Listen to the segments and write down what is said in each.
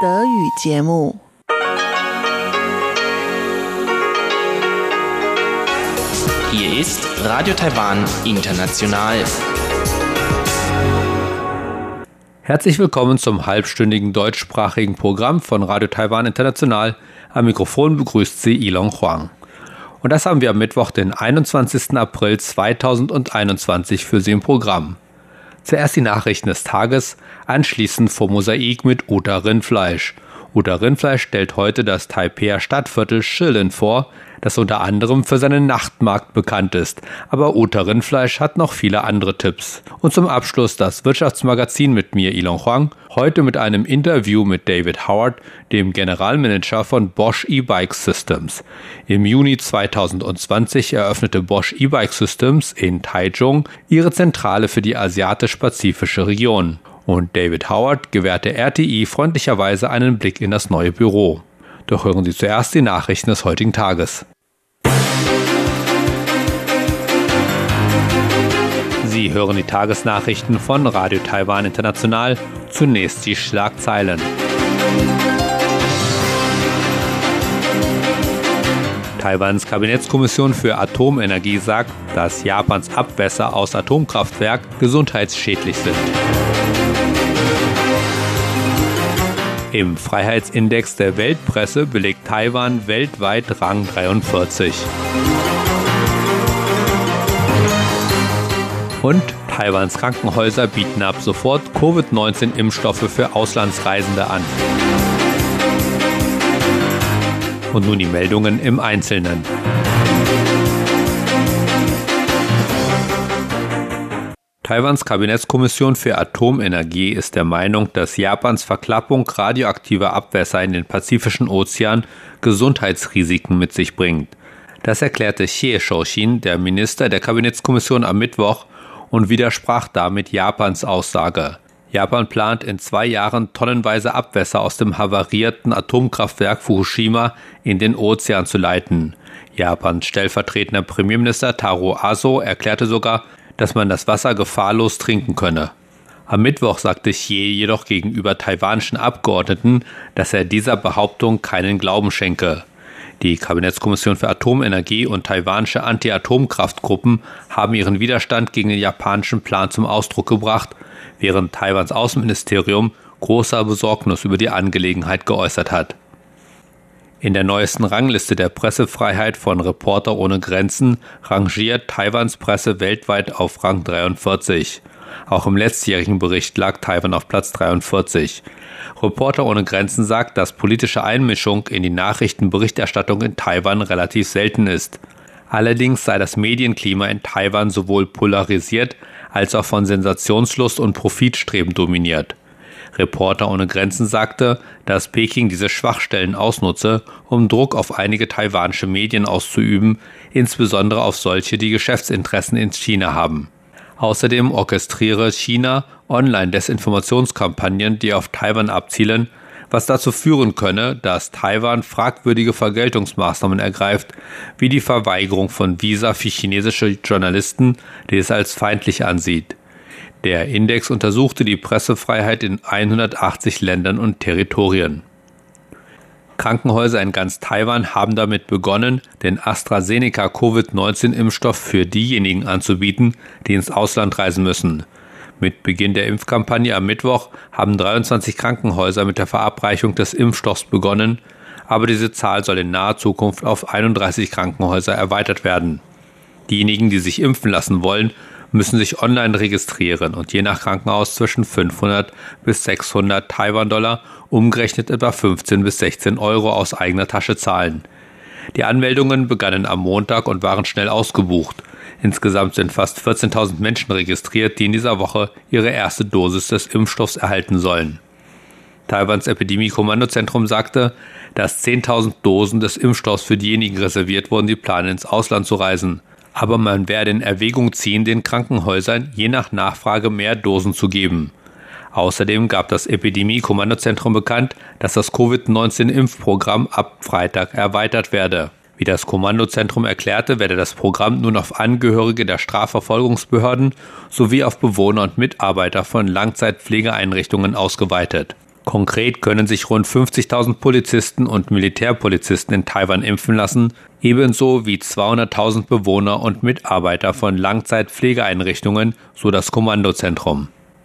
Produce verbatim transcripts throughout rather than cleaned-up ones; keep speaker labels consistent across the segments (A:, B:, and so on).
A: Hier ist Radio Taiwan International.
B: Herzlich willkommen zum halbstündigen deutschsprachigen Programm von Radio Taiwan International. Am Mikrofon begrüßt Sie Ilon Huang. Und das haben wir am Mittwoch, den einundzwanzigsten April zweitausendeinundzwanzig für Sie im Programm. Zuerst die Nachrichten des Tages, anschließend vom Mosaik mit Uta Rindfleisch. Uta Rindfleisch stellt heute das Taipeher Stadtviertel Shilin vor, das unter anderem für seinen Nachtmarkt bekannt ist. Aber Uta Rindfleisch hat noch viele andere Tipps. Und zum Abschluss das Wirtschaftsmagazin mit mir, Ilon Huang, heute mit einem Interview mit David Howard, dem Generalmanager von Bosch E-Bike Systems. Im Juni zweitausendzwanzig eröffnete Bosch E-Bike Systems in Taichung ihre Zentrale für die asiatisch-pazifische Region. Und David Howard gewährte R T I freundlicherweise einen Blick in das neue Büro. Doch hören Sie zuerst die Nachrichten des heutigen Tages. Sie hören die Tagesnachrichten von Radio Taiwan International. Zunächst die Schlagzeilen. Taiwans Kabinettskommission für Atomenergie sagt, dass Japans Abwässer aus Atomkraftwerk gesundheitsschädlich sind. Im Freiheitsindex der Weltpresse belegt Taiwan weltweit Rang dreiundvierzig. Und Taiwans Krankenhäuser bieten ab sofort Covid neunzehn Impfstoffe für Auslandsreisende an. Und nun die Meldungen im Einzelnen. Taiwans Kabinettskommission für Atomenergie ist der Meinung, dass Japans Verklappung radioaktiver Abwässer in den Pazifischen Ozean Gesundheitsrisiken mit sich bringt. Das erklärte Xie Shouxin, der Minister der Kabinettskommission, am Mittwoch und widersprach damit Japans Aussage. Japan plant in zwei Jahren tonnenweise Abwässer aus dem havarierten Atomkraftwerk Fukushima in den Ozean zu leiten. Japans stellvertretender Premierminister Taro Aso erklärte sogar, dass man das Wasser gefahrlos trinken könne. Am Mittwoch sagte Xie jedoch gegenüber taiwanischen Abgeordneten, dass er dieser Behauptung keinen Glauben schenke. Die Kabinettskommission für Atomenergie und taiwanische Anti-Atomkraftgruppen haben ihren Widerstand gegen den japanischen Plan zum Ausdruck gebracht, während Taiwans Außenministerium großer Besorgnis über die Angelegenheit geäußert hat. In der neuesten Rangliste der Pressefreiheit von Reporter ohne Grenzen rangiert Taiwans Presse weltweit auf Rang dreiundvierzig. Auch im letztjährigen Bericht lag Taiwan auf Platz dreiundvierzig. Reporter ohne Grenzen sagt, dass politische Einmischung in die Nachrichtenberichterstattung in Taiwan relativ selten ist. Allerdings sei das Medienklima in Taiwan sowohl polarisiert als auch von Sensationslust und Profitstreben dominiert. Reporter ohne Grenzen sagte, dass Peking diese Schwachstellen ausnutze, um Druck auf einige taiwanische Medien auszuüben, insbesondere auf solche, die Geschäftsinteressen in China haben. Außerdem orchestriere China Online-Desinformationskampagnen, die auf Taiwan abzielen, was dazu führen könne, dass Taiwan fragwürdige Vergeltungsmaßnahmen ergreift, wie die Verweigerung von Visa für chinesische Journalisten, die es als feindlich ansieht. Der Index untersuchte die Pressefreiheit in hundertachtzig Ländern und Territorien. Krankenhäuser in ganz Taiwan haben damit begonnen, den AstraZeneca Covid neunzehn Impfstoff für diejenigen anzubieten, die ins Ausland reisen müssen. Mit Beginn der Impfkampagne am Mittwoch haben dreiundzwanzig Krankenhäuser mit der Verabreichung des Impfstoffs begonnen, aber diese Zahl soll in naher Zukunft auf einunddreißig Krankenhäuser erweitert werden. Diejenigen, die sich impfen lassen wollen, müssen sich online registrieren und je nach Krankenhaus zwischen fünfhundert bis sechshundert Taiwan-Dollar, umgerechnet etwa fünfzehn bis sechzehn Euro aus eigener Tasche zahlen. Die Anmeldungen begannen am Montag und waren schnell ausgebucht. Insgesamt sind fast vierzehntausend Menschen registriert, die in dieser Woche ihre erste Dosis des Impfstoffs erhalten sollen. Taiwans Epidemie-Kommandozentrum sagte, dass zehntausend Dosen des Impfstoffs für diejenigen reserviert wurden, die planen, ins Ausland zu reisen. Aber man werde in Erwägung ziehen, den Krankenhäusern je nach Nachfrage mehr Dosen zu geben. Außerdem gab das Epidemie-Kommandozentrum bekannt, dass das Covid neunzehn Impfprogramm ab Freitag erweitert werde. Wie das Kommandozentrum erklärte, werde das Programm nun auf Angehörige der Strafverfolgungsbehörden sowie auf Bewohner und Mitarbeiter von Langzeitpflegeeinrichtungen ausgeweitet. Konkret können sich rund fünfzigtausend Polizisten und Militärpolizisten in Taiwan impfen lassen, ebenso wie zweihunderttausend Bewohner und Mitarbeiter von Langzeitpflegeeinrichtungen, so das Kommandozentrum.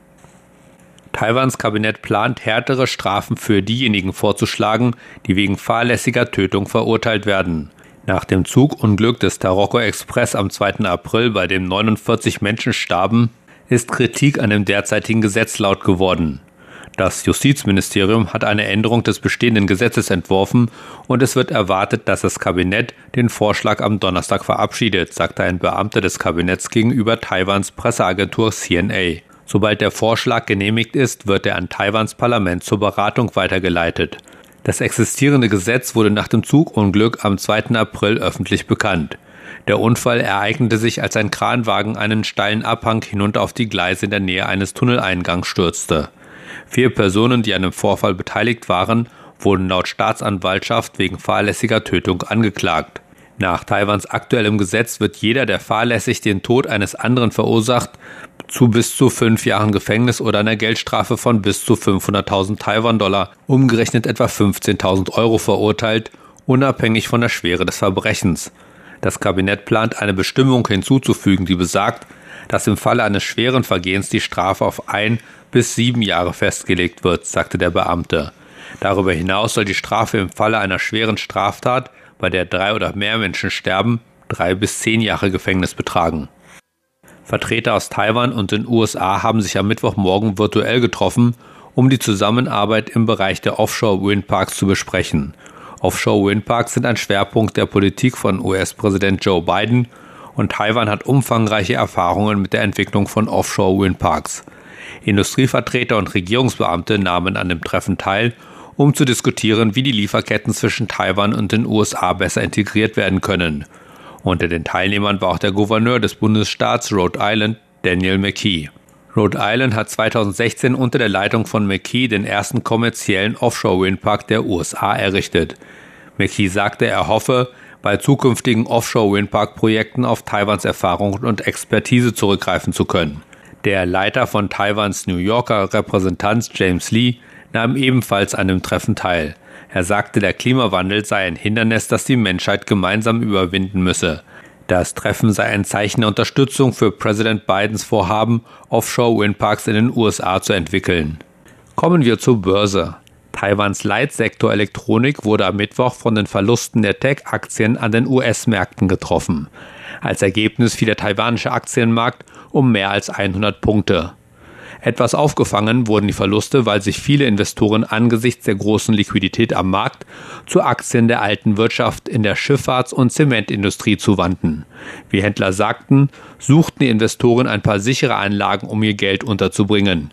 B: Taiwans Kabinett plant, härtere Strafen für diejenigen vorzuschlagen, die wegen fahrlässiger Tötung verurteilt werden. Nach dem Zugunglück des Taroko Express am zweiten April, bei dem neunundvierzig Menschen starben, ist Kritik an dem derzeitigen Gesetz laut geworden. Das Justizministerium hat eine Änderung des bestehenden Gesetzes entworfen und es wird erwartet, dass das Kabinett den Vorschlag am Donnerstag verabschiedet, sagte ein Beamter des Kabinetts gegenüber Taiwans Presseagentur C N A. Sobald der Vorschlag genehmigt ist, wird er an Taiwans Parlament zur Beratung weitergeleitet. Das existierende Gesetz wurde nach dem Zugunglück am zweiten April öffentlich bekannt. Der Unfall ereignete sich, als ein Kranwagen einen steilen Abhang hinunter auf die Gleise in der Nähe eines Tunneleingangs stürzte. Vier Personen, die an dem Vorfall beteiligt waren, wurden laut Staatsanwaltschaft wegen fahrlässiger Tötung angeklagt. Nach Taiwans aktuellem Gesetz wird jeder, der fahrlässig den Tod eines anderen verursacht, zu bis zu fünf Jahren Gefängnis oder einer Geldstrafe von bis zu fünfhunderttausend Taiwan-Dollar, umgerechnet etwa fünfzehntausend Euro verurteilt, unabhängig von der Schwere des Verbrechens. Das Kabinett plant, eine Bestimmung hinzuzufügen, die besagt, dass im Falle eines schweren Vergehens die Strafe auf ein bis sieben Jahre festgelegt wird, sagte der Beamte. Darüber hinaus soll die Strafe im Falle einer schweren Straftat, bei der drei oder mehr Menschen sterben, drei bis zehn Jahre Gefängnis betragen. Vertreter aus Taiwan und den U S A haben sich am Mittwochmorgen virtuell getroffen, um die Zusammenarbeit im Bereich der Offshore-Windparks zu besprechen. Offshore-Windparks sind ein Schwerpunkt der Politik von U S-Präsident Joe Biden und Taiwan hat umfangreiche Erfahrungen mit der Entwicklung von Offshore-Windparks. Industrievertreter und Regierungsbeamte nahmen an dem Treffen teil, um zu diskutieren, wie die Lieferketten zwischen Taiwan und den U S A besser integriert werden können. Unter den Teilnehmern war auch der Gouverneur des Bundesstaats Rhode Island, Daniel McKee. Rhode Island hat zweitausendsechzehn unter der Leitung von McKee den ersten kommerziellen Offshore-Windpark der U S A errichtet. McKee sagte, er hoffe, bei zukünftigen Offshore-Windpark-Projekten auf Taiwans Erfahrung und Expertise zurückgreifen zu können. Der Leiter von Taiwans New Yorker Repräsentanz James Lee nahm ebenfalls an dem Treffen teil. Er sagte, der Klimawandel sei ein Hindernis, das die Menschheit gemeinsam überwinden müsse. Das Treffen sei ein Zeichen der Unterstützung für Präsident Bidens Vorhaben, Offshore-Windparks in den U S A zu entwickeln. Kommen wir zur Börse. Taiwans Leitsektor Elektronik wurde am Mittwoch von den Verlusten der Tech-Aktien an den U S-Märkten getroffen. Als Ergebnis fiel der taiwanische Aktienmarkt um mehr als hundert Punkte. Etwas aufgefangen wurden die Verluste, weil sich viele Investoren angesichts der großen Liquidität am Markt zu Aktien der alten Wirtschaft in der Schifffahrts- und Zementindustrie zuwandten. Wie Händler sagten, suchten die Investoren ein paar sichere Anlagen, um ihr Geld unterzubringen.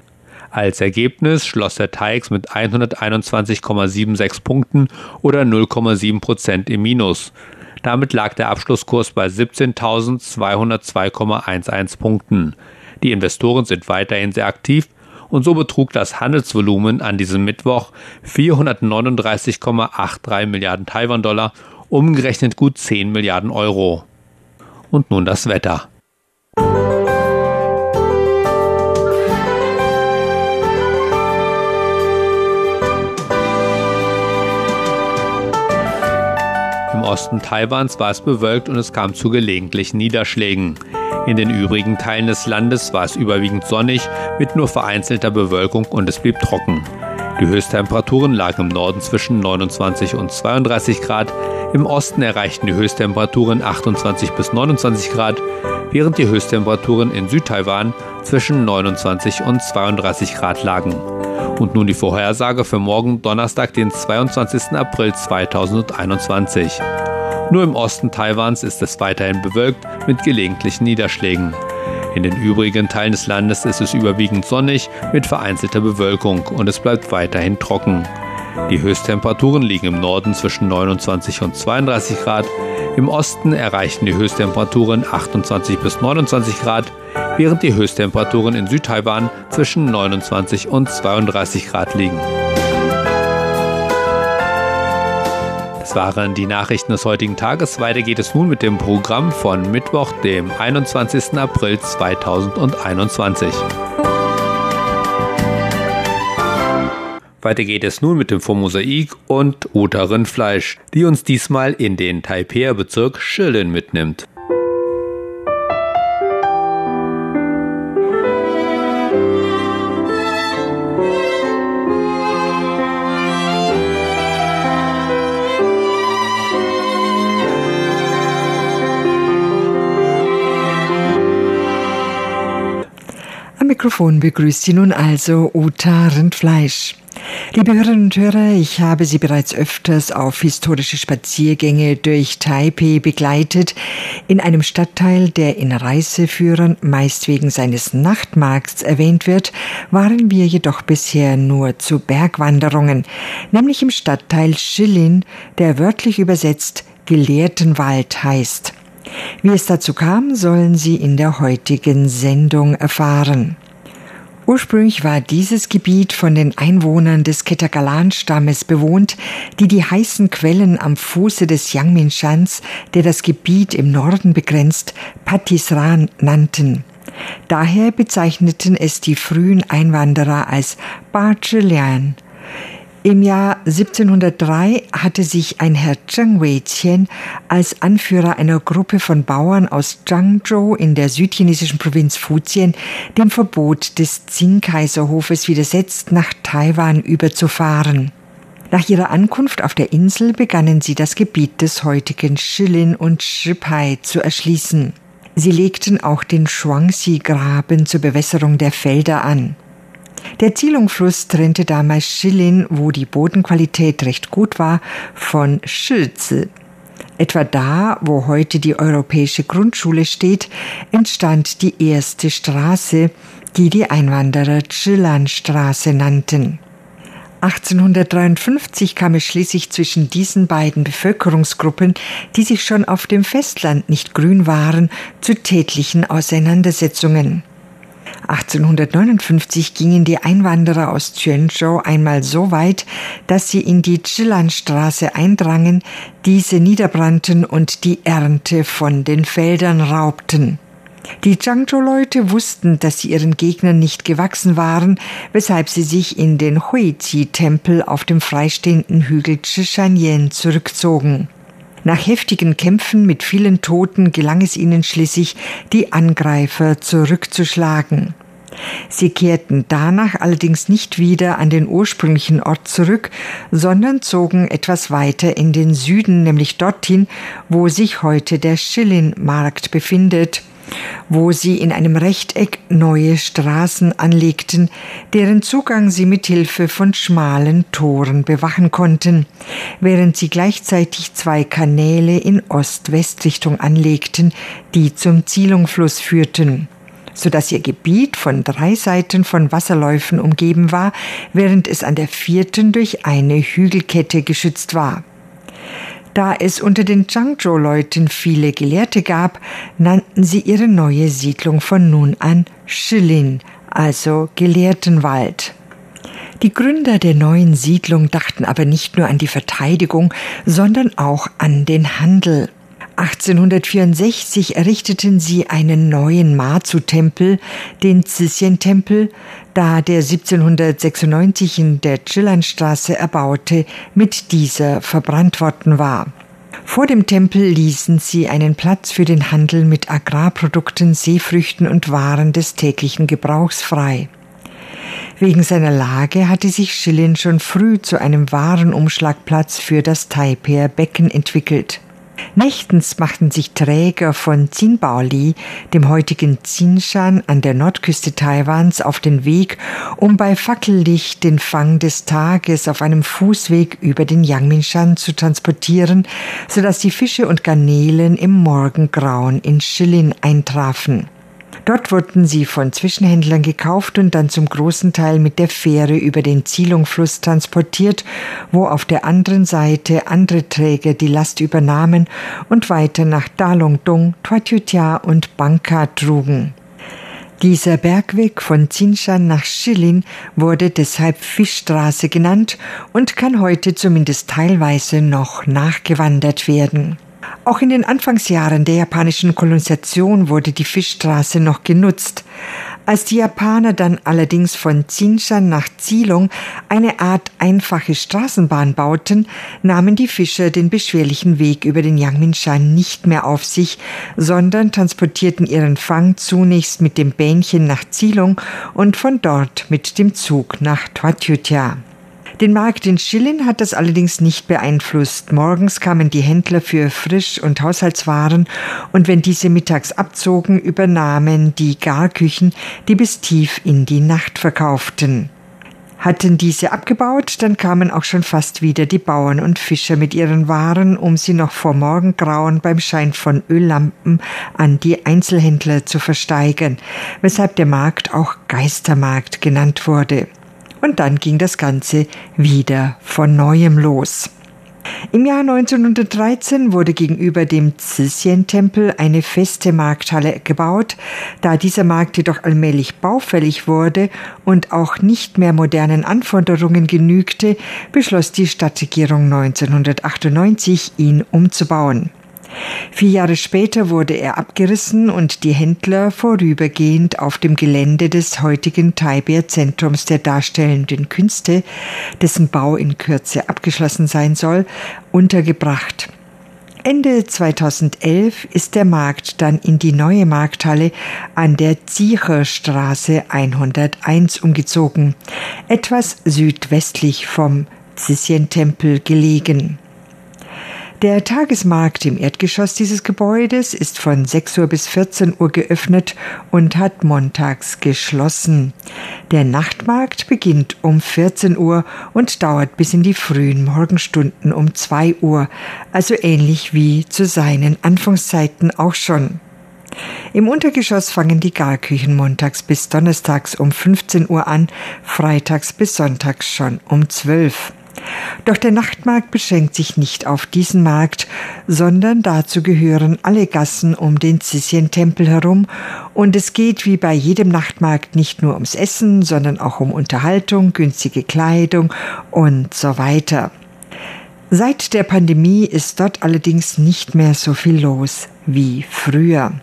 B: Als Ergebnis schloss der T A I X mit hunderteinundzwanzig Komma sechsundsiebzig Punkten oder null Komma sieben Prozent im Minus. Damit lag der Abschlusskurs bei siebzehntausendzweihundertzwei Komma elf Punkten. Die Investoren sind weiterhin sehr aktiv und so betrug das Handelsvolumen an diesem Mittwoch vierhundertneununddreißig Komma dreiundachtzig Milliarden Taiwan-Dollar, umgerechnet gut zehn Milliarden Euro. Und nun das Wetter. Im Osten Taiwans war es bewölkt und es kam zu gelegentlichen Niederschlägen. In den übrigen Teilen des Landes war es überwiegend sonnig mit nur vereinzelter Bewölkung und es blieb trocken. Die Höchsttemperaturen lagen im Norden zwischen neunundzwanzig und zweiunddreißig Grad, im Osten erreichten die Höchsttemperaturen achtundzwanzig bis neunundzwanzig Grad, während die Höchsttemperaturen in Südtaiwan zwischen neunundzwanzig und zweiunddreißig Grad lagen. Und nun die Vorhersage für morgen Donnerstag, den zweiundzwanzigsten April zweitausendeinundzwanzig. Nur im Osten Taiwans ist es weiterhin bewölkt mit gelegentlichen Niederschlägen. In den übrigen Teilen des Landes ist es überwiegend sonnig mit vereinzelter Bewölkung und es bleibt weiterhin trocken. Die Höchsttemperaturen liegen im Norden zwischen neunundzwanzig und zweiunddreißig Grad, im Osten erreichen die Höchsttemperaturen achtundzwanzig bis neunundzwanzig Grad, während die Höchsttemperaturen in Südtaiwan zwischen neunundzwanzig und zweiunddreißig Grad liegen. Das waren die Nachrichten des heutigen Tages. Weiter geht es nun mit dem Programm von Mittwoch, dem einundzwanzigsten April zweitausendeinundzwanzig. Weiter geht es nun mit dem Mosaik und Uta Rindfleisch, die uns diesmal in den Taipeier Bezirk Shilin mitnimmt.
C: Am Mikrofon begrüßt Sie nun also Uta Rindfleisch. Liebe Hörerinnen und Hörer, ich habe Sie bereits öfters auf historische Spaziergänge durch Taipei begleitet. In einem Stadtteil, der in Reiseführern meist wegen seines Nachtmarkts erwähnt wird, waren wir jedoch bisher nur zu Bergwanderungen, nämlich im Stadtteil Shilin, der wörtlich übersetzt Gelehrtenwald heißt. Wie es dazu kam, sollen Sie in der heutigen Sendung erfahren. Ursprünglich war dieses Gebiet von den Einwohnern des Ketagalan-Stammes bewohnt, die die heißen Quellen am Fuße des Yangmingshan, der das Gebiet im Norden begrenzt, Patisran nannten. Daher bezeichneten es die frühen Einwanderer als Ba-Zhi-Lian. Im Jahr siebzehnhundertdrei hatte sich ein Herr Zheng Wei-Qian als Anführer einer Gruppe von Bauern aus Zhangzhou in der südchinesischen Provinz Fujian dem Verbot des Qing-Kaiserhofes widersetzt, nach Taiwan überzufahren. Nach ihrer Ankunft auf der Insel begannen sie, das Gebiet des heutigen Shilin und Shipai zu erschließen. Sie legten auch den Shuangxi-Graben zur Bewässerung der Felder an. Der Zilong-Fluss trennte damals Shilin, wo die Bodenqualität recht gut war, von Shizi. Etwa da, wo heute die europäische Grundschule steht, entstand die erste Straße, die die Einwanderer Zhilan-Straße nannten. achtzehnhundertdreiundfünfzig kam es schließlich zwischen diesen beiden Bevölkerungsgruppen, die sich schon auf dem Festland nicht grün waren, zu tätlichen Auseinandersetzungen. achtzehnhundertneunundfünfzig gingen die Einwanderer aus Quanzhou einmal so weit, dass sie in die Zhilan-Straße eindrangen, diese niederbrannten und die Ernte von den Feldern raubten. Die Zhangzhou-Leute wussten, dass sie ihren Gegnern nicht gewachsen waren, weshalb sie sich in den Huiqi-Tempel auf dem freistehenden Hügel Zhishanyan zurückzogen. Nach heftigen Kämpfen mit vielen Toten gelang es ihnen schließlich, die Angreifer zurückzuschlagen. Sie kehrten danach allerdings nicht wieder an den ursprünglichen Ort zurück, sondern zogen etwas weiter in den Süden, nämlich dorthin, wo sich heute der Shilin-Markt befindet, wo sie in einem Rechteck neue Straßen anlegten, deren Zugang sie mit Hilfe von schmalen Toren bewachen konnten, während sie gleichzeitig zwei Kanäle in Ost-West-Richtung anlegten, die zum Zilong-Fluss führten, sodass ihr Gebiet von drei Seiten von Wasserläufen umgeben war, während es an der vierten durch eine Hügelkette geschützt war. Da es unter den Zhangzhou-Leuten viele Gelehrte gab, nannten sie ihre neue Siedlung von nun an Shilin, also Gelehrtenwald. Die Gründer der neuen Siedlung dachten aber nicht nur an die Verteidigung, sondern auch an den Handel. achtzehnhundertvierundsechzig errichteten sie einen neuen Ma-Zu-Tempel, den Zisien-Tempel, da der siebzehnhundertsechsundneunzig in der Zhilan-Straße erbaute, mit dieser verbrannt worden war. Vor dem Tempel ließen sie einen Platz für den Handel mit Agrarprodukten, Seefrüchten und Waren des täglichen Gebrauchs frei. Wegen seiner Lage hatte sich Shilin schon früh zu einem Warenumschlagplatz für das Taipeier Becken entwickelt. Nächtens machten sich Träger von Xinbaoli, dem heutigen Xinshan an der Nordküste Taiwans, auf den Weg, um bei Fackellicht den Fang des Tages auf einem Fußweg über den Yangmingshan zu transportieren, sodass die Fische und Garnelen im Morgengrauen in Shilin eintrafen. Dort wurden sie von Zwischenhändlern gekauft und dann zum großen Teil mit der Fähre über den Zilong-Fluss transportiert, wo auf der anderen Seite andere Träger die Last übernahmen und weiter nach Dalongdong, Tuatjutia und Bangka trugen. Dieser Bergweg von Xinshan nach Shilin wurde deshalb Fischstraße genannt und kann heute zumindest teilweise noch nachgewandert werden. Auch in den Anfangsjahren der japanischen Kolonisation wurde die Fischstraße noch genutzt. Als die Japaner dann allerdings von Tsinshan nach Zilong eine Art einfache Straßenbahn bauten, nahmen die Fischer den beschwerlichen Weg über den Yangmingshan nicht mehr auf sich, sondern transportierten ihren Fang zunächst mit dem Bähnchen nach Zilong und von dort mit dem Zug nach Hwachutia. Den Markt in Shillin hat das allerdings nicht beeinflusst. Morgens kamen die Händler für Frisch- und Haushaltswaren und wenn diese mittags abzogen, übernahmen die Garküchen, die bis tief in die Nacht verkauften. Hatten diese abgebaut, dann kamen auch schon fast wieder die Bauern und Fischer mit ihren Waren, um sie noch vor Morgengrauen beim Schein von Öllampen an die Einzelhändler zu versteigern, weshalb der Markt auch Geistermarkt genannt wurde. Und dann ging das Ganze wieder von Neuem los. Im Jahr neunzehnhundertdreizehn wurde gegenüber dem Zisien-Tempel eine feste Markthalle gebaut. Da dieser Markt jedoch allmählich baufällig wurde und auch nicht mehr modernen Anforderungen genügte, beschloss die Stadtregierung neunzehnhundertachtundneunzig, ihn umzubauen. Vier Jahre später wurde er abgerissen und die Händler vorübergehend auf dem Gelände des heutigen Taibier Zentrums der Darstellenden Künste, dessen Bau in Kürze abgeschlossen sein soll, untergebracht. Ende zweitausendelf ist der Markt dann in die neue Markthalle an der Ziecherstraße hunderteins umgezogen, etwas südwestlich vom Zisien-Tempel gelegen. Der Tagesmarkt im Erdgeschoss dieses Gebäudes ist von sechs Uhr bis vierzehn Uhr geöffnet und hat montags geschlossen. Der Nachtmarkt beginnt um vierzehn Uhr und dauert bis in die frühen Morgenstunden um zwei Uhr, also ähnlich wie zu seinen Anfangszeiten auch schon. Im Untergeschoss fangen die Garküchen montags bis donnerstags um fünfzehn Uhr an, freitags bis sonntags schon um zwölf. Doch der Nachtmarkt beschränkt sich nicht auf diesen Markt, sondern dazu gehören alle Gassen um den Zisien-Tempel herum und es geht wie bei jedem Nachtmarkt nicht nur ums Essen, sondern auch um Unterhaltung, günstige Kleidung und so weiter. Seit der Pandemie ist dort allerdings nicht mehr so viel los wie früher.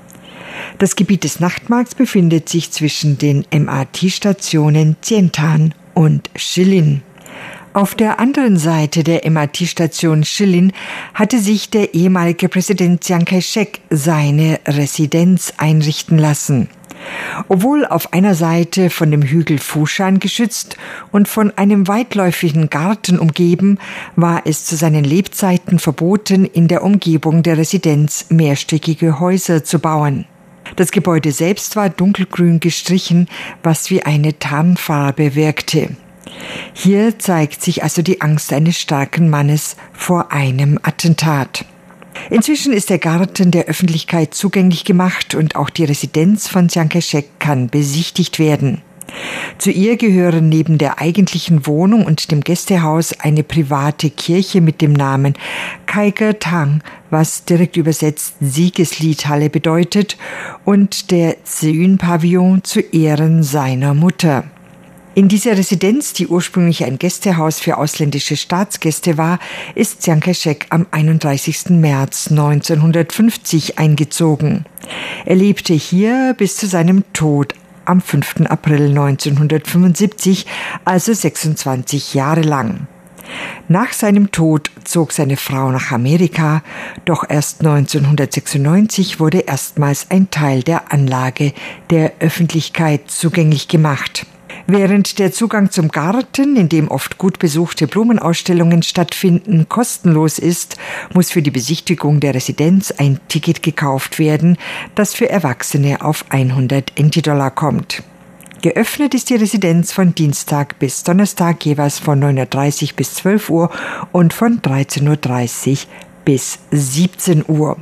C: Das Gebiet des Nachtmarkts befindet sich zwischen den M R T-Stationen Tientan und Shillin. Auf der anderen Seite der M R T-Station Shillin hatte sich der ehemalige Präsident Chiang Kai-shek seine Residenz einrichten lassen. Obwohl auf einer Seite von dem Hügel Fushan geschützt und von einem weitläufigen Garten umgeben, war es zu seinen Lebzeiten verboten, in der Umgebung der Residenz mehrstöckige Häuser zu bauen. Das Gebäude selbst war dunkelgrün gestrichen, was wie eine Tarnfarbe wirkte. Hier zeigt sich also die Angst eines starken Mannes vor einem Attentat. Inzwischen ist der Garten der Öffentlichkeit zugänglich gemacht und auch die Residenz von Chiang Kai-shek kann besichtigt werden. Zu ihr gehören neben der eigentlichen Wohnung und dem Gästehaus eine private Kirche mit dem Namen Kaiger Tang, was direkt übersetzt Siegesliedhalle bedeutet, und der Seun-Pavillon zu Ehren seiner Mutter. In dieser Residenz, die ursprünglich ein Gästehaus für ausländische Staatsgäste war, ist Chiang Kai-shek am einunddreißigsten März neunzehnhundertfünfzig eingezogen. Er lebte hier bis zu seinem Tod am fünften April neunzehnhundertfünfundsiebzig, also sechsundzwanzig Jahre lang. Nach seinem Tod zog seine Frau nach Amerika, doch erst neunzehnhundertsechsundneunzig wurde erstmals ein Teil der Anlage der Öffentlichkeit zugänglich gemacht. Während der Zugang zum Garten, in dem oft gut besuchte Blumenausstellungen stattfinden, kostenlos ist, muss für die Besichtigung der Residenz ein Ticket gekauft werden, das für Erwachsene auf hundert N T-Dollar kommt. Geöffnet ist die Residenz von Dienstag bis Donnerstag jeweils von neun Uhr dreißig bis zwölf Uhr und von dreizehn Uhr dreißig bis siebzehn Uhr.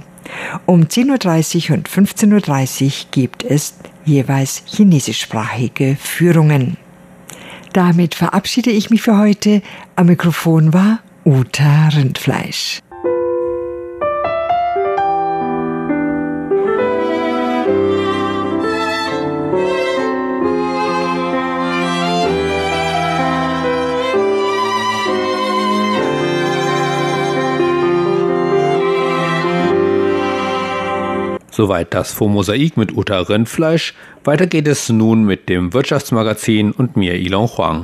C: Um zehn Uhr dreißig und fünfzehn Uhr dreißig gibt es jeweils chinesischsprachige Führungen. Damit verabschiede ich mich für heute. Am Mikrofon war Uta Rindfleisch.
B: Soweit das vom Mosaik mit Uta Rindfleisch. Weiter geht es nun mit dem Wirtschaftsmagazin und mir, Ilon Huang.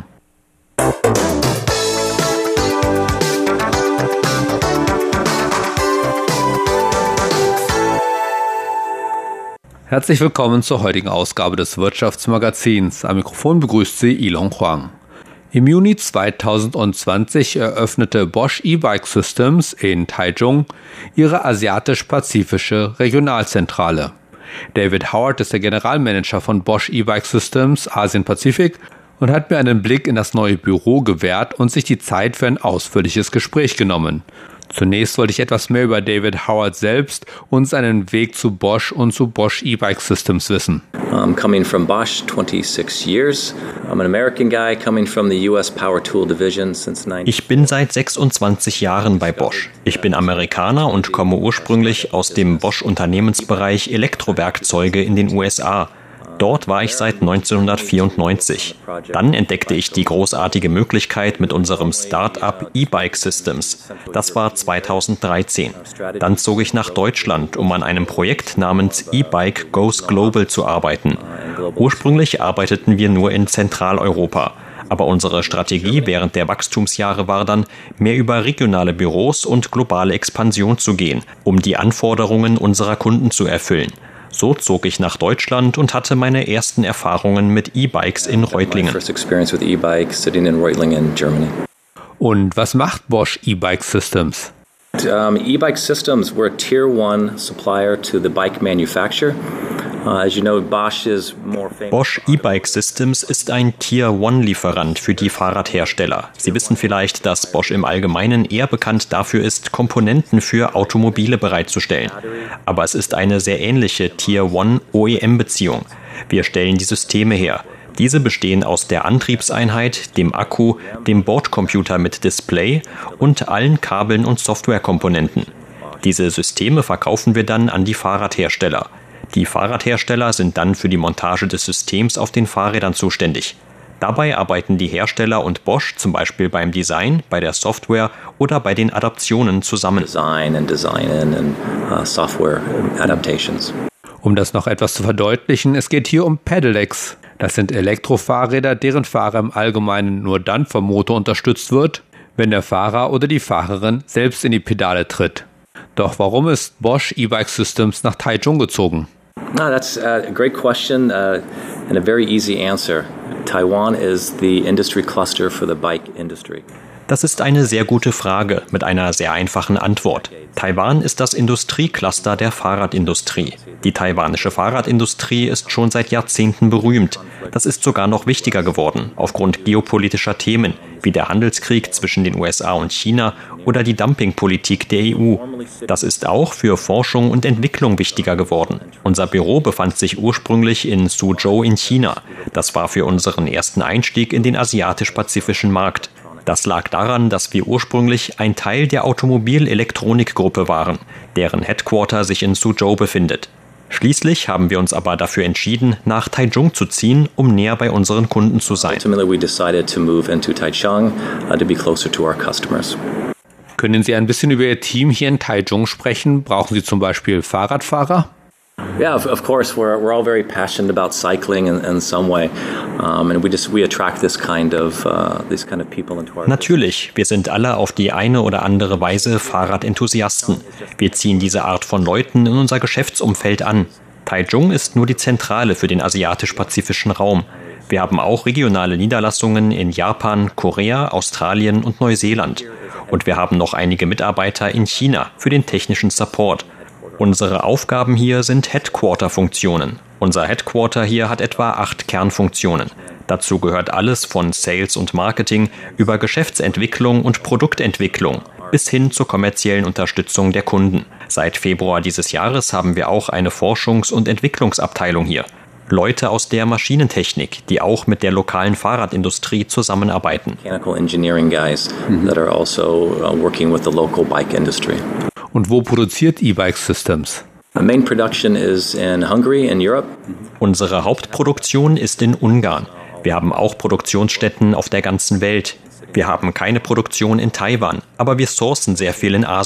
B: Herzlich willkommen zur heutigen Ausgabe des Wirtschaftsmagazins. Am Mikrofon begrüßt Sie Ilon Huang. Im Juni zweitausendzwanzig eröffnete Bosch E-Bike Systems in Taichung ihre asiatisch-pazifische Regionalzentrale. David Howard ist der Generalmanager von Bosch E-Bike Systems Asien-Pazifik und hat mir einen Blick in das neue Büro gewährt und sich die Zeit für ein ausführliches Gespräch genommen. Zunächst wollte ich etwas mehr über David Howard selbst und seinen Weg zu Bosch und zu Bosch E-Bike Systems wissen.
D: I'm coming from Bosch, twenty-six years. I'm an American guy coming from the U S Power Tool Division since nineteen.
E: Ich bin seit sechsundzwanzig Jahren bei Bosch. Ich bin Amerikaner und komme ursprünglich aus dem Bosch-Unternehmensbereich Elektrowerkzeuge in den U S A. Dort war ich seit neunzehnhundertvierundneunzig. Dann entdeckte ich die großartige Möglichkeit mit unserem Start-up E-Bike Systems. Das war zweitausenddreizehn. Dann zog ich nach Deutschland, um an einem Projekt namens E-Bike Goes Global zu arbeiten. Ursprünglich arbeiteten wir nur in Zentraleuropa. Aber unsere Strategie während der Wachstumsjahre war dann, mehr über regionale Büros und globale Expansion zu gehen, um die Anforderungen unserer Kunden zu erfüllen. So zog ich nach Deutschland und hatte meine ersten Erfahrungen mit E-Bikes in Reutlingen.
B: Und was macht Bosch E-Bike Systems?
D: Um, E-Bike Systems, we're a Tier one supplier to the bike manufacturer. Uh, as you know, Bosch is more famous.
E: Bosch E-Bike Systems ist ein Tier one Lieferant für die Fahrradhersteller. Sie wissen vielleicht, dass Bosch im Allgemeinen eher bekannt dafür ist, Komponenten für Automobile bereitzustellen. Aber es ist eine sehr ähnliche Tier one O E M-Beziehung. Wir stellen die Systeme her. Diese bestehen aus der Antriebseinheit, dem Akku, dem Bordcomputer mit Display und allen Kabeln und Softwarekomponenten. Diese Systeme verkaufen wir dann an die Fahrradhersteller. Die Fahrradhersteller sind dann für die Montage des Systems auf den Fahrrädern zuständig. Dabei arbeiten die Hersteller und Bosch zum Beispiel beim Design, bei der Software oder bei den Adaptionen zusammen.
D: Design and design and uh, software adaptations.
B: Um das noch etwas zu verdeutlichen, es geht hier um Pedelecs. Das sind Elektrofahrräder, deren Fahrer im Allgemeinen nur dann vom Motor unterstützt wird, wenn der Fahrer oder die Fahrerin selbst in die Pedale tritt. Doch warum ist Bosch E-Bike Systems nach Taichung gezogen?
D: No, that's a great question uh, and a very easy answer. Taiwan is the industry cluster for the bike industry.
E: Das ist eine sehr gute Frage mit einer sehr einfachen Antwort. Taiwan ist das Industriecluster der Fahrradindustrie. Die taiwanische Fahrradindustrie ist schon seit Jahrzehnten berühmt. Das ist sogar noch wichtiger geworden, aufgrund geopolitischer Themen, wie der Handelskrieg zwischen den U S A und China oder die Dumpingpolitik der E U. Das ist auch für Forschung und Entwicklung wichtiger geworden. Unser Büro befand sich ursprünglich in Suzhou in China. Das war für unseren ersten Einstieg in den asiatisch-pazifischen Markt. Das lag daran, dass wir ursprünglich ein Teil der Automobil-Elektronik-Gruppe waren, deren Headquarter sich in Suzhou befindet. Schließlich haben wir uns aber dafür entschieden, nach Taichung zu ziehen, um näher bei unseren Kunden zu sein.
B: Können Sie ein bisschen über Ihr Team hier in Taichung sprechen? Brauchen Sie zum Beispiel Fahrradfahrer?
D: Yeah, of, of course, we're we're all very passionate about cycling in, in some way, um, and we just we attract this kind of uh, these kind of people into our.
E: Natürlich, wir sind alle auf die eine oder andere Weise Fahrradenthusiasten. Wir ziehen diese Art von Leuten in unser Geschäftsumfeld an. Taichung ist nur die Zentrale für den asiatisch-pazifischen Raum. Wir haben auch regionale Niederlassungen in Japan, Korea, Australien und Neuseeland. Und wir haben noch einige Mitarbeiter in China für den technischen Support. Unsere Aufgaben hier sind Headquarter-Funktionen. Unser Headquarter hier hat etwa acht Kernfunktionen. Dazu gehört alles von Sales und Marketing über Geschäftsentwicklung und Produktentwicklung bis hin zur kommerziellen Unterstützung der Kunden. Seit Februar dieses Jahres haben wir auch eine Forschungs- und Entwicklungsabteilung hier. Leute aus der Maschinentechnik, die auch mit der lokalen Fahrradindustrie zusammenarbeiten.
D: Mechanical engineering guys that are also working with the local bike industry.
B: Und wo produziert E-Bike Systems?
D: Our main production is in Hungary in Europe.
E: Unsere Hauptproduktion ist in Ungarn. Wir haben auch Produktionsstätten auf der ganzen Welt. Wir haben keine Produktion in Taiwan, aber wir sourcen sehr viel in Asien.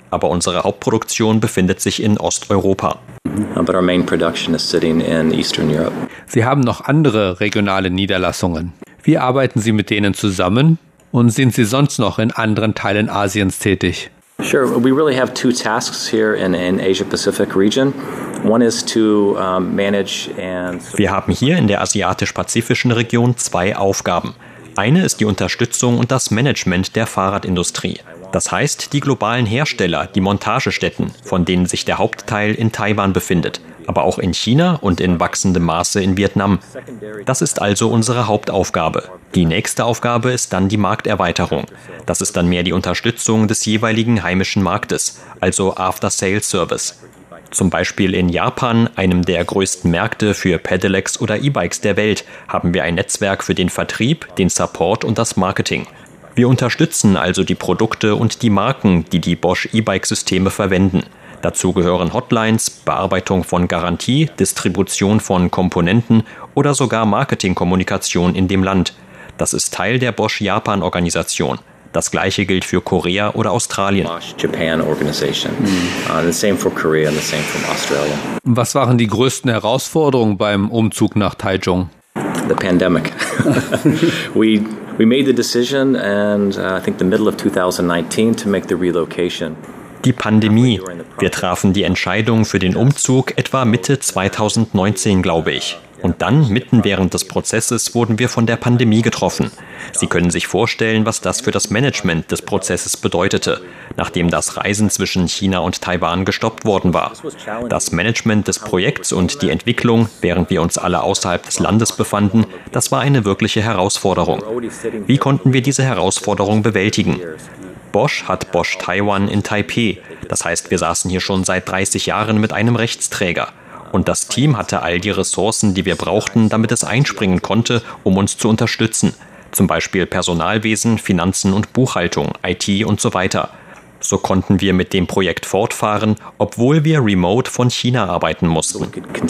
E: Aber unsere Hauptproduktion befindet sich in Osteuropa.
D: But our main production is sitting in Eastern Europe.
B: Sie haben noch andere regionale Niederlassungen. Wie arbeiten Sie mit denen zusammen? Und sind Sie sonst noch in anderen Teilen Asiens tätig?
D: Sure, we really have two tasks here in in Asia-Pacific region. One is to um, manage and
E: Wir haben hier in der asiatisch-pazifischen Region zwei Aufgaben. Eine ist die Unterstützung und das Management der Fahrradindustrie. Das heißt, die globalen Hersteller, die Montagestätten, von denen sich der Hauptteil in Taiwan befindet, aber auch in China und in wachsendem Maße in Vietnam. Das ist also unsere Hauptaufgabe. Die nächste Aufgabe ist dann die Markterweiterung. Das ist dann mehr die Unterstützung des jeweiligen heimischen Marktes, also After-Sales-Service. Zum Beispiel in Japan, einem der größten Märkte für Pedelecs oder E-Bikes der Welt, haben wir ein Netzwerk für den Vertrieb, den Support und das Marketing. Wir unterstützen also die Produkte und die Marken, die die Bosch E-Bike-Systeme verwenden. Dazu gehören Hotlines, Bearbeitung von Garantie, Distribution von Komponenten oder sogar Marketingkommunikation in dem Land. Das ist Teil der Bosch Japan-Organisation. Das Gleiche gilt für Korea oder Australien.
B: Was waren die größten Herausforderungen beim Umzug nach Taichung?
D: The pandemic. we we made the decision and uh, I think the middle of twenty nineteen to make the relocation.
E: Die Pandemie. Wir trafen die Entscheidung für den Umzug etwa Mitte zwanzig neunzehn, glaube ich. Und dann, mitten während des Prozesses, wurden wir von der Pandemie getroffen. Sie können sich vorstellen, was das für das Management des Prozesses bedeutete, nachdem das Reisen zwischen China und Taiwan gestoppt worden war. Das Management des Projekts und die Entwicklung, während wir uns alle außerhalb des Landes befanden, das war eine wirkliche Herausforderung. Wie konnten wir diese Herausforderung bewältigen? Bosch hat Bosch Taiwan in Taipei. Das heißt, wir saßen hier schon seit dreißig Jahren mit einem Rechtsträger. Und das Team hatte all die Ressourcen, die wir brauchten, damit es einspringen konnte, um uns zu unterstützen. Zum Beispiel Personalwesen, Finanzen und Buchhaltung, I T und so weiter. So konnten wir mit dem Projekt fortfahren, obwohl wir remote von China arbeiten mussten.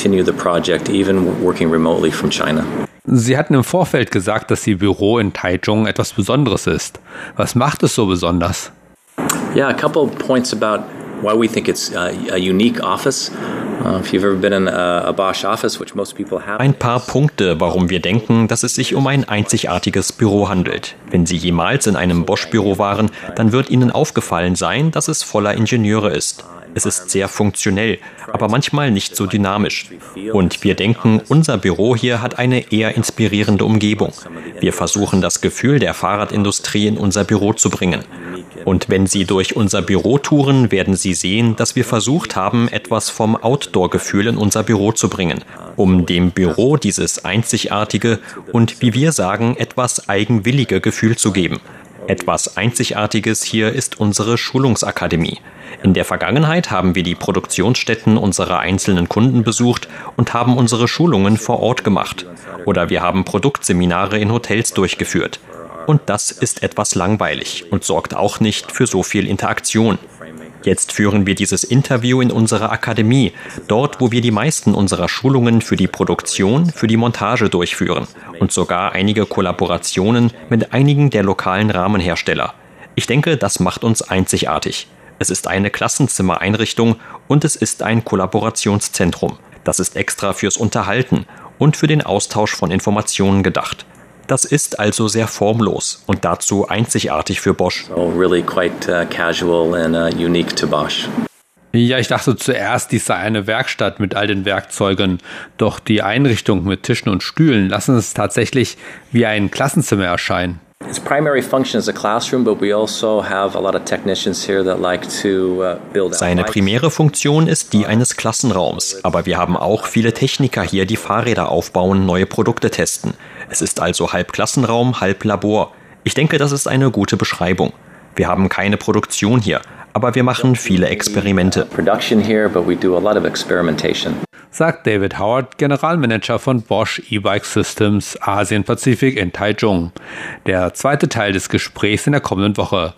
B: Sie hatten im Vorfeld gesagt, dass Ihr Büro in Taichung etwas Besonderes ist. Was macht es so besonders?
D: Yeah, a couple points about why we think it's a, a unique office. Uh, if you've ever been in a, a Bosch office, which most people have.
E: Ein paar Punkte, warum wir denken, dass es sich um ein einzigartiges Büro handelt. Wenn Sie jemals in einem Bosch-Büro waren, dann wird Ihnen aufgefallen sein, dass es voller Ingenieure ist. Es ist sehr funktionell, aber manchmal nicht so dynamisch. Und wir denken, unser Büro hier hat eine eher inspirierende Umgebung. Wir versuchen, das Gefühl der Fahrradindustrie in unser Büro zu bringen. Und wenn Sie durch unser Büro touren, werden Sie sehen, dass wir versucht haben, etwas vom Outdoor-Gefühl in unser Büro zu bringen, um dem Büro dieses einzigartige und, wie wir sagen, etwas eigenwillige Gefühl zu geben. Etwas Einzigartiges hier ist unsere Schulungsakademie. In der Vergangenheit haben wir die Produktionsstätten unserer einzelnen Kunden besucht und haben unsere Schulungen vor Ort gemacht. Oder wir haben Produktseminare in Hotels durchgeführt. Und das ist etwas langweilig und sorgt auch nicht für so viel Interaktion. Jetzt führen wir dieses Interview in unserer Akademie, dort, wo wir die meisten unserer Schulungen für die Produktion, für die Montage durchführen und sogar einige Kollaborationen mit einigen der lokalen Rahmenhersteller. Ich denke, das macht uns einzigartig. Es ist eine Klassenzimmereinrichtung und es ist ein Kollaborationszentrum. Das ist extra fürs Unterhalten und für den Austausch von Informationen gedacht. Das ist also sehr formlos und dazu einzigartig für Bosch.
D: So really quite uh, casual and uh, unique to Bosch.
B: Ja, ich dachte zuerst, dies sei eine Werkstatt mit all den Werkzeugen. Doch die Einrichtung mit Tischen und Stühlen lassen es tatsächlich wie ein Klassenzimmer erscheinen.
D: Its primary function is a classroom, but we also have a lot of technicians here that like to uh, build.
E: Seine primäre Funktion ist die eines Klassenraums, aber wir haben auch viele Techniker hier, die Fahrräder aufbauen, neue Produkte testen. Es ist also halb Klassenraum, halb Labor. Ich denke, das ist eine gute Beschreibung. Wir haben keine Produktion hier, aber wir machen viele Experimente.
D: Production here, but we do a lot of experimentation.
B: Sagt David Howard, Generalmanager von Bosch E-Bike Systems Asien-Pazifik in Taichung. Der zweite Teil des Gesprächs in der kommenden Woche.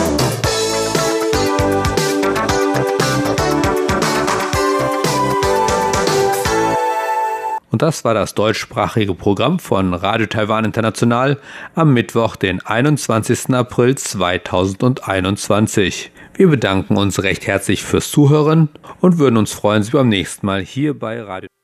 B: Und das war das deutschsprachige Programm von Radio Taiwan International am Mittwoch, den einundzwanzigsten April zweitausendeinundzwanzig. Wir bedanken uns recht herzlich fürs Zuhören und würden uns freuen, Sie beim nächsten Mal hier bei Radio